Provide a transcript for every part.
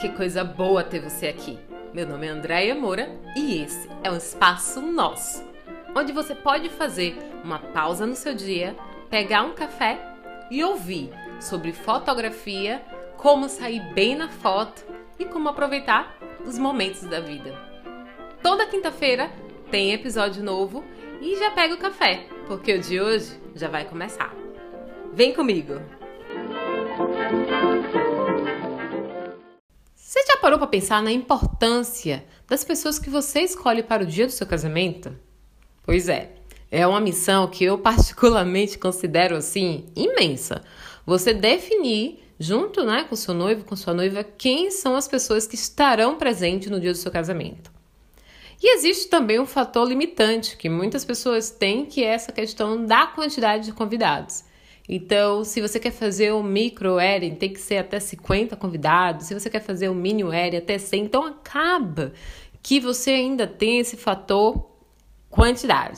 que coisa boa ter você aqui. Meu nome é Andréia Moura e esse é um espaço nosso, onde você pode fazer uma pausa no seu dia, pegar um café e ouvir sobre fotografia, como sair bem na foto e como aproveitar os momentos da vida. Toda quinta-feira tem episódio novo e já pega o café, porque o de hoje já vai começar. Vem comigo! Você já parou para pensar na importância das pessoas que você escolhe para o dia do seu casamento? Pois é uma missão que eu particularmente considero assim imensa. Você definir junto, com seu noivo, com sua noiva, quem são as pessoas que estarão presentes no dia do seu casamento. E existe também um fator limitante que muitas pessoas têm, que é essa questão da quantidade de convidados. Então, se você quer fazer o micro wedding, tem que ser até 50 convidados. Se você quer fazer o mini wedding, até 100. Então, acaba que você ainda tem esse fator quantidade.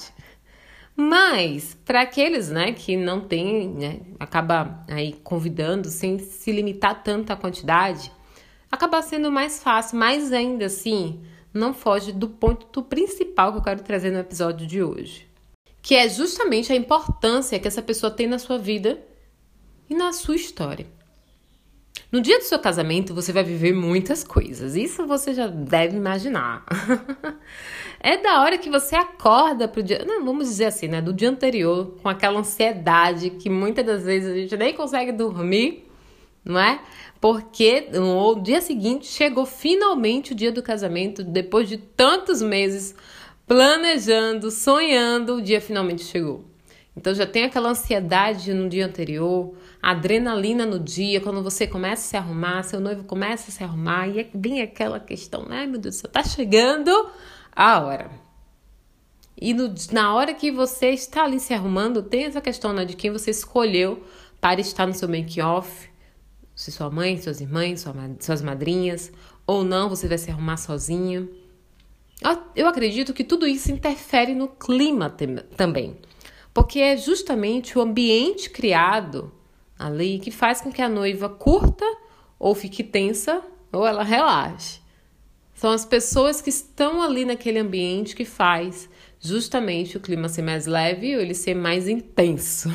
Mas, para aqueles, que não tem, acaba aí convidando sem se limitar tanto à quantidade, acaba sendo mais fácil, mas ainda assim, não foge do ponto principal que eu quero trazer no episódio de hoje. Que é justamente a importância que essa pessoa tem na sua vida e na sua história. No dia do seu casamento, você vai viver muitas coisas. Isso você já deve imaginar. É da hora que você acorda pro dia... Não, vamos dizer assim, do dia anterior, com aquela ansiedade que muitas das vezes a gente nem consegue dormir, não é? Porque no dia seguinte chegou finalmente o dia do casamento, depois de tantos meses planejando, sonhando, o dia finalmente chegou. Então já tem aquela ansiedade no dia anterior, adrenalina no dia, quando você começa a se arrumar, seu noivo começa a se arrumar, e é bem aquela questão, ai meu Deus do céu, tá chegando a hora. E na hora que você está ali se arrumando, tem essa questão de quem você escolheu para estar no seu make-off, se sua mãe, suas irmãs, suas madrinhas, ou não, você vai se arrumar sozinho. Eu acredito que tudo isso interfere no clima também, porque é justamente o ambiente criado ali que faz com que a noiva curta ou fique tensa ou ela relaxe. São as pessoas que estão ali naquele ambiente que faz justamente o clima ser mais leve ou ele ser mais intenso.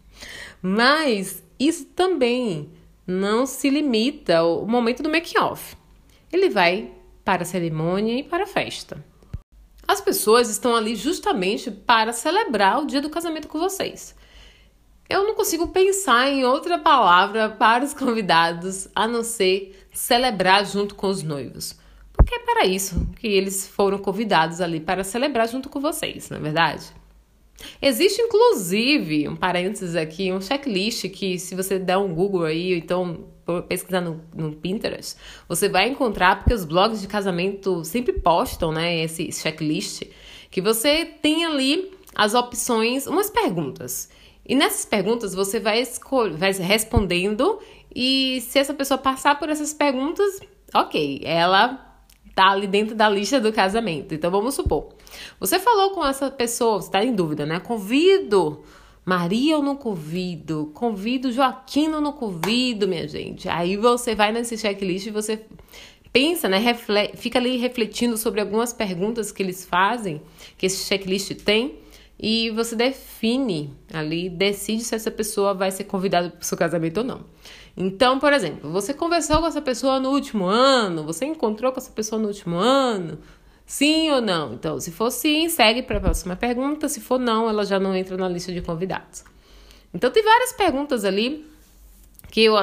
Mas isso também não se limita ao momento do make-off. Ele vai para a cerimônia e para a festa. As pessoas estão ali justamente para celebrar o dia do casamento com vocês. Eu não consigo pensar em outra palavra para os convidados a não ser celebrar junto com os noivos. Porque é para isso que eles foram convidados ali, para celebrar junto com vocês, não é verdade? Existe, inclusive, um parênteses aqui, um checklist que, se você der um Google aí, ou então pesquisar no Pinterest, você vai encontrar, porque os blogs de casamento sempre postam, esse checklist, que você tem ali as opções, umas perguntas. E nessas perguntas você vai respondendo, e se essa pessoa passar por essas perguntas, ok, ela tá ali dentro da lista do casamento. Então, vamos supor, você falou com essa pessoa, você tá em dúvida, Convido Maria ou não convido? Convido Joaquim ou não convido, minha gente? Aí você vai nesse checklist e você pensa, fica ali refletindo sobre algumas perguntas que eles fazem, que esse checklist tem, e você define ali, decide se essa pessoa vai ser convidada para o seu casamento ou não. Então, por exemplo, você conversou com essa pessoa no último ano, você encontrou com essa pessoa no último ano, sim ou não? Então, se for sim, segue para a próxima pergunta, se for não, ela já não entra na lista de convidados. Então, tem várias perguntas ali que eu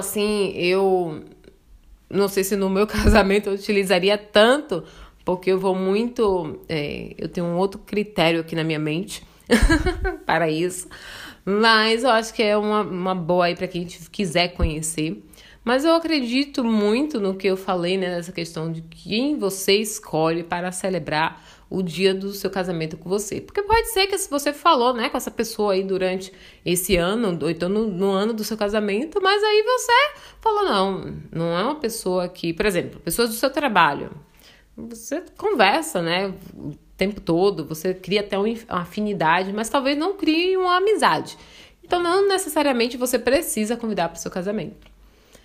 não sei se no meu casamento eu utilizaria tanto, porque eu vou muito, eu tenho um outro critério aqui na minha mente para isso, mas eu acho que é uma boa aí para quem quiser conhecer. Mas eu acredito muito no que eu falei, nessa questão de quem você escolhe para celebrar o dia do seu casamento com você. Porque pode ser que você falou, com essa pessoa aí durante esse ano, ou então no ano do seu casamento, mas aí você falou, não é uma pessoa que, por exemplo, pessoas do seu trabalho. Você conversa, o tempo todo, você cria até uma afinidade, mas talvez não crie uma amizade. Então, não necessariamente você precisa convidar para o seu casamento.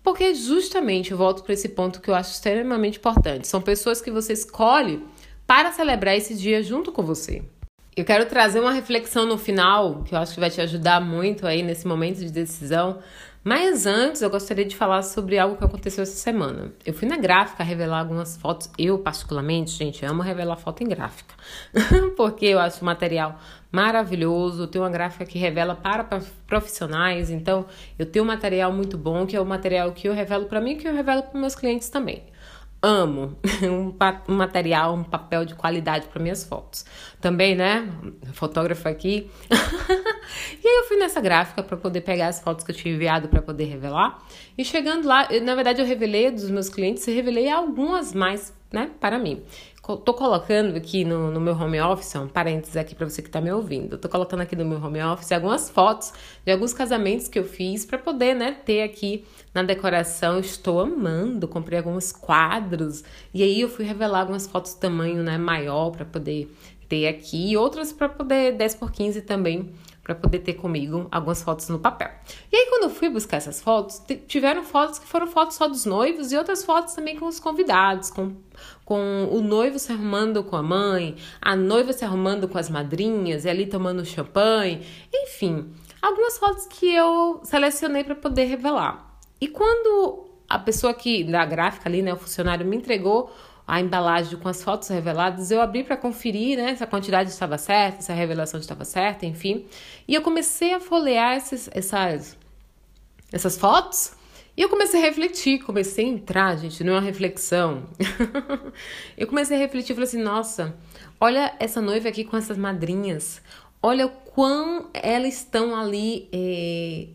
Porque justamente eu volto para esse ponto que eu acho extremamente importante. São pessoas que você escolhe para celebrar esse dia junto com você. Eu quero trazer uma reflexão no final, que eu acho que vai te ajudar muito aí nesse momento de decisão. Mas antes, eu gostaria de falar sobre algo que aconteceu essa semana. Eu fui na gráfica revelar algumas fotos. Eu, particularmente, gente, amo revelar foto em gráfica. Porque eu acho o material maravilhoso. Eu tenho uma gráfica que revela para profissionais. Então, eu tenho um material muito bom, que é o material que eu revelo para mim e que eu revelo para meus clientes também. Amo um material, um papel de qualidade para minhas fotos. Também, né? Fotógrafo aqui. E aí eu fui nessa gráfica para poder pegar as fotos que eu tinha enviado para poder revelar. E chegando lá, na verdade eu revelei dos meus clientes e revelei algumas mais, né, para mim. Tô colocando aqui no meu home office, um parênteses aqui para você que tá me ouvindo. Tô colocando aqui no meu home office algumas fotos de alguns casamentos que eu fiz para poder, né, ter aqui na decoração. Estou amando, comprei alguns quadros e aí eu fui revelar algumas fotos de tamanho, né, maior para poder ter aqui e outras para poder 10x15 também, para poder ter comigo algumas fotos no papel. E aí, quando eu fui buscar essas fotos, tiveram fotos que foram fotos só dos noivos e outras fotos também com os convidados, com o noivo se arrumando com a mãe, a noiva se arrumando com as madrinhas e ali tomando champanhe. Enfim, algumas fotos que eu selecionei para poder revelar. E quando a pessoa da gráfica ali, né, o funcionário me entregou a embalagem com as fotos reveladas, eu abri para conferir, né, se a quantidade estava certa, se a revelação estava certa, enfim. E eu comecei a folhear essas fotos e eu comecei a refletir, comecei a entrar, gente, numa reflexão. Eu comecei a refletir, falei assim, nossa, olha essa noiva aqui com essas madrinhas, olha o quão elas estão ali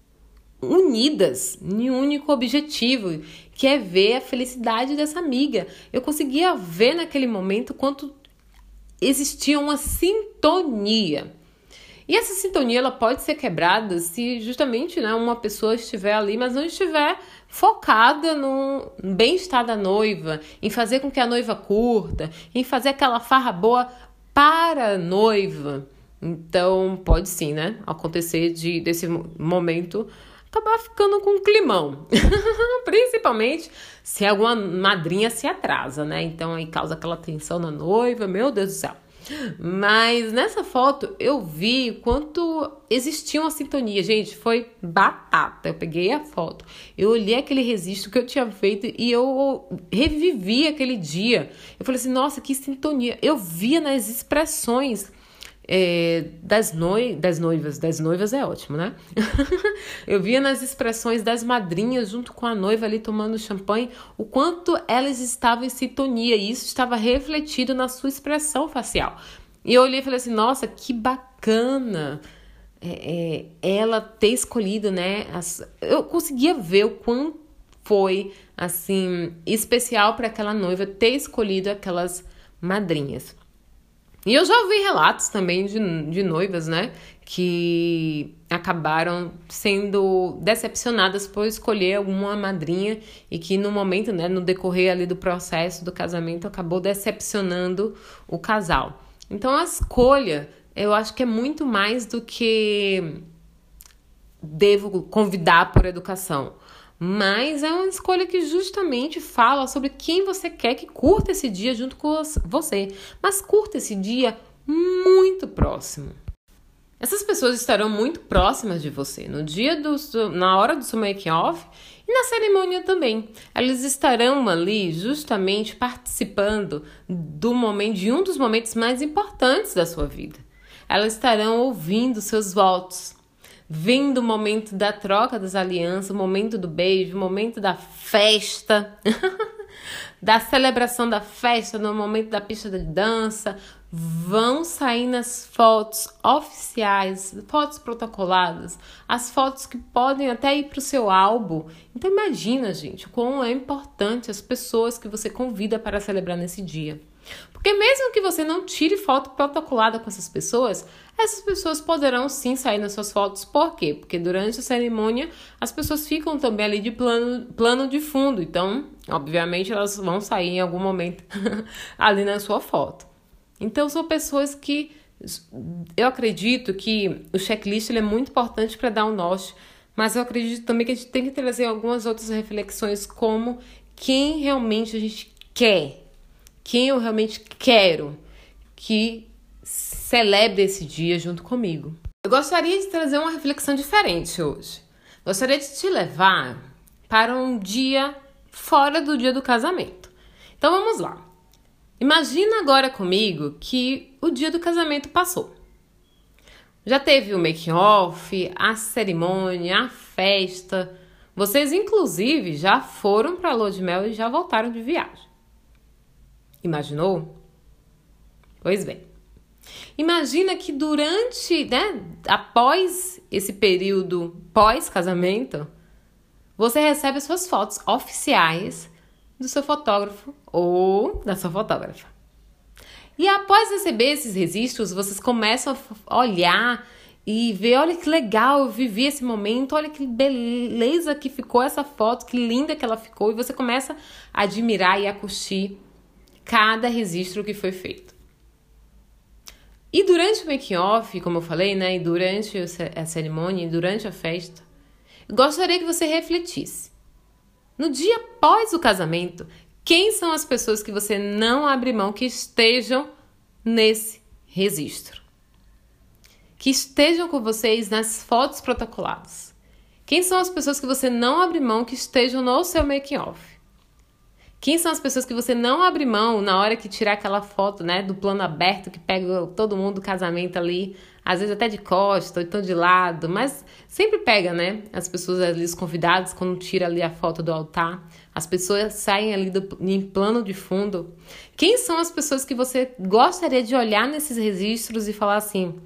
unidas em um único objetivo, que é ver a felicidade dessa amiga. Eu conseguia ver naquele momento quanto existia uma sintonia. E essa sintonia ela pode ser quebrada se justamente, né, uma pessoa estiver ali, mas não estiver focada no bem-estar da noiva, em fazer com que a noiva curta, em fazer aquela farra boa para a noiva. Então, pode sim, né, acontecer desse momento acabar ficando com um climão. Principalmente se alguma madrinha se atrasa, né? Então aí causa aquela tensão na noiva, meu Deus do céu. Mas nessa foto eu vi quanto existia uma sintonia. Gente, foi batata. Eu peguei a foto, eu olhei aquele registro que eu tinha feito e eu revivi aquele dia. Eu falei assim, nossa, que sintonia. Eu via nas expressões das noivas é ótimo, né? Eu via nas expressões das madrinhas junto com a noiva ali tomando champanhe o quanto elas estavam em sintonia e isso estava refletido na sua expressão facial. E eu olhei e falei assim, nossa, que bacana ela ter escolhido, né? Eu conseguia ver o quanto foi assim especial para aquela noiva ter escolhido aquelas madrinhas. E eu já ouvi relatos também de noivas, né, que acabaram sendo decepcionadas por escolher alguma madrinha e que no momento, né, no decorrer ali do processo do casamento, acabou decepcionando o casal. Então a escolha, eu acho que é muito mais do que devo convidar por educação. Mas é uma escolha que justamente fala sobre quem você quer que curta esse dia junto com você. Mas curta esse dia muito próximo. Essas pessoas estarão muito próximas de você no dia na hora do seu make-off e na cerimônia também. Elas estarão ali justamente participando de um dos momentos mais importantes da sua vida. Elas estarão ouvindo seus votos, vendo o momento da troca das alianças, o momento do beijo, o momento da festa, da celebração da festa, no momento da pista de dança. Vão sair nas fotos oficiais, fotos protocoladas, as fotos que podem até ir para o seu álbum. Então imagina, gente, como é importante as pessoas que você convida para celebrar nesse dia. Porque mesmo que você não tire foto protocolada com essas pessoas poderão sim sair nas suas fotos. Por quê? Porque durante a cerimônia as pessoas ficam também ali de plano de fundo. Então, obviamente, elas vão sair em algum momento ali na sua foto. Então, são pessoas que eu acredito que o checklist ele é muito importante para dar um norte Mas eu acredito também que a gente tem que trazer algumas outras reflexões, como quem realmente a gente quer, quem eu realmente quero que celebre esse dia junto comigo. Eu gostaria de trazer uma reflexão diferente hoje. Gostaria de te levar para um dia fora do dia do casamento. Então vamos lá. Imagina agora comigo que o dia do casamento passou. Já teve o make-off, a cerimônia, a festa. Vocês, inclusive, já foram para a lua de mel e já voltaram de viagem. Imaginou? Pois bem. Imagina que durante, após esse período pós-casamento, você recebe as suas fotos oficiais do seu fotógrafo ou da sua fotógrafa. E após receber esses registros, vocês começam a olhar e ver, olha que legal, eu vivi esse momento, olha que beleza que ficou essa foto, que linda que ela ficou. E você começa a admirar e a curtir cada registro que foi feito. E durante o making-off, como eu falei, e durante a cerimônia, e durante a festa, eu gostaria que você refletisse. No dia após o casamento, quem são as pessoas que você não abre mão que estejam nesse registro? Que estejam com vocês nas fotos protocoladas? Quem são as pessoas que você não abre mão que estejam no seu making-off? Quem são as pessoas que você não abre mão na hora que tirar aquela foto, do plano aberto, que pega todo mundo do casamento ali, às vezes até de costa, ou então de lado, mas sempre pega, as pessoas ali, os convidados, quando tira ali a foto do altar, as pessoas saem ali em plano de fundo. Quem são as pessoas que você gostaria de olhar nesses registros e falar assim: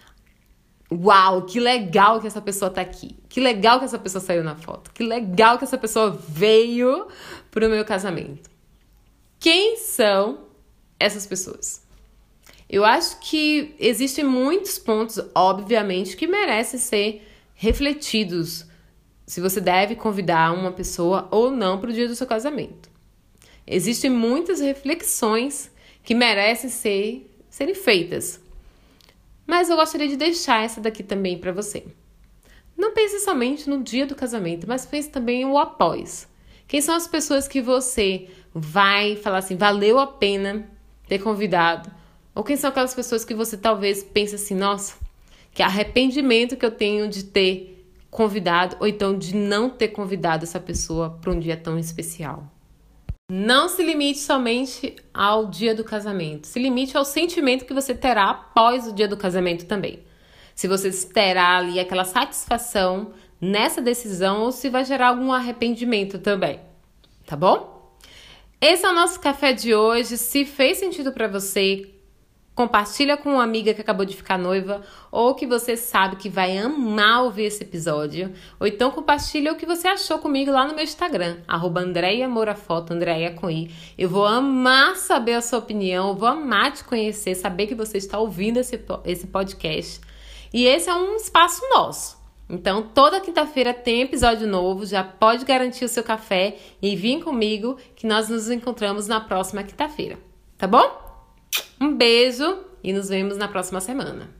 uau, que legal que essa pessoa tá aqui. Que legal que essa pessoa saiu na foto. Que legal que essa pessoa veio pro meu casamento. Quem são essas pessoas? Eu acho que existem muitos pontos, obviamente, que merecem ser refletidos se você deve convidar uma pessoa ou não pro dia do seu casamento. Existem muitas reflexões que merecem serem feitas. Mas eu gostaria de deixar essa daqui também para você. Não pense somente no dia do casamento, mas pense também no após. Quem são as pessoas que você vai falar assim, valeu a pena ter convidado? Ou quem são aquelas pessoas que você talvez pense assim, nossa, que arrependimento que eu tenho de ter convidado, ou então de não ter convidado essa pessoa para um dia tão especial. Não se limite somente ao dia do casamento. Se limite ao sentimento que você terá após o dia do casamento também. Se você terá ali aquela satisfação nessa decisão ou se vai gerar algum arrependimento também. Tá bom? Esse é o nosso café de hoje. Se fez sentido para você, compartilha com uma amiga que acabou de ficar noiva ou que você sabe que vai amar ouvir esse episódio. Ou então compartilha o que você achou comigo lá no meu Instagram, @AndreaMouraFoto, Andreia com I. Eu vou amar saber a sua opinião, eu vou amar te conhecer, saber que você está ouvindo esse podcast. E esse é um espaço nosso. Então, toda quinta-feira tem episódio novo, já pode garantir o seu café e vem comigo que nós nos encontramos na próxima quinta-feira. Tá bom? Um beijo e nos vemos na próxima semana.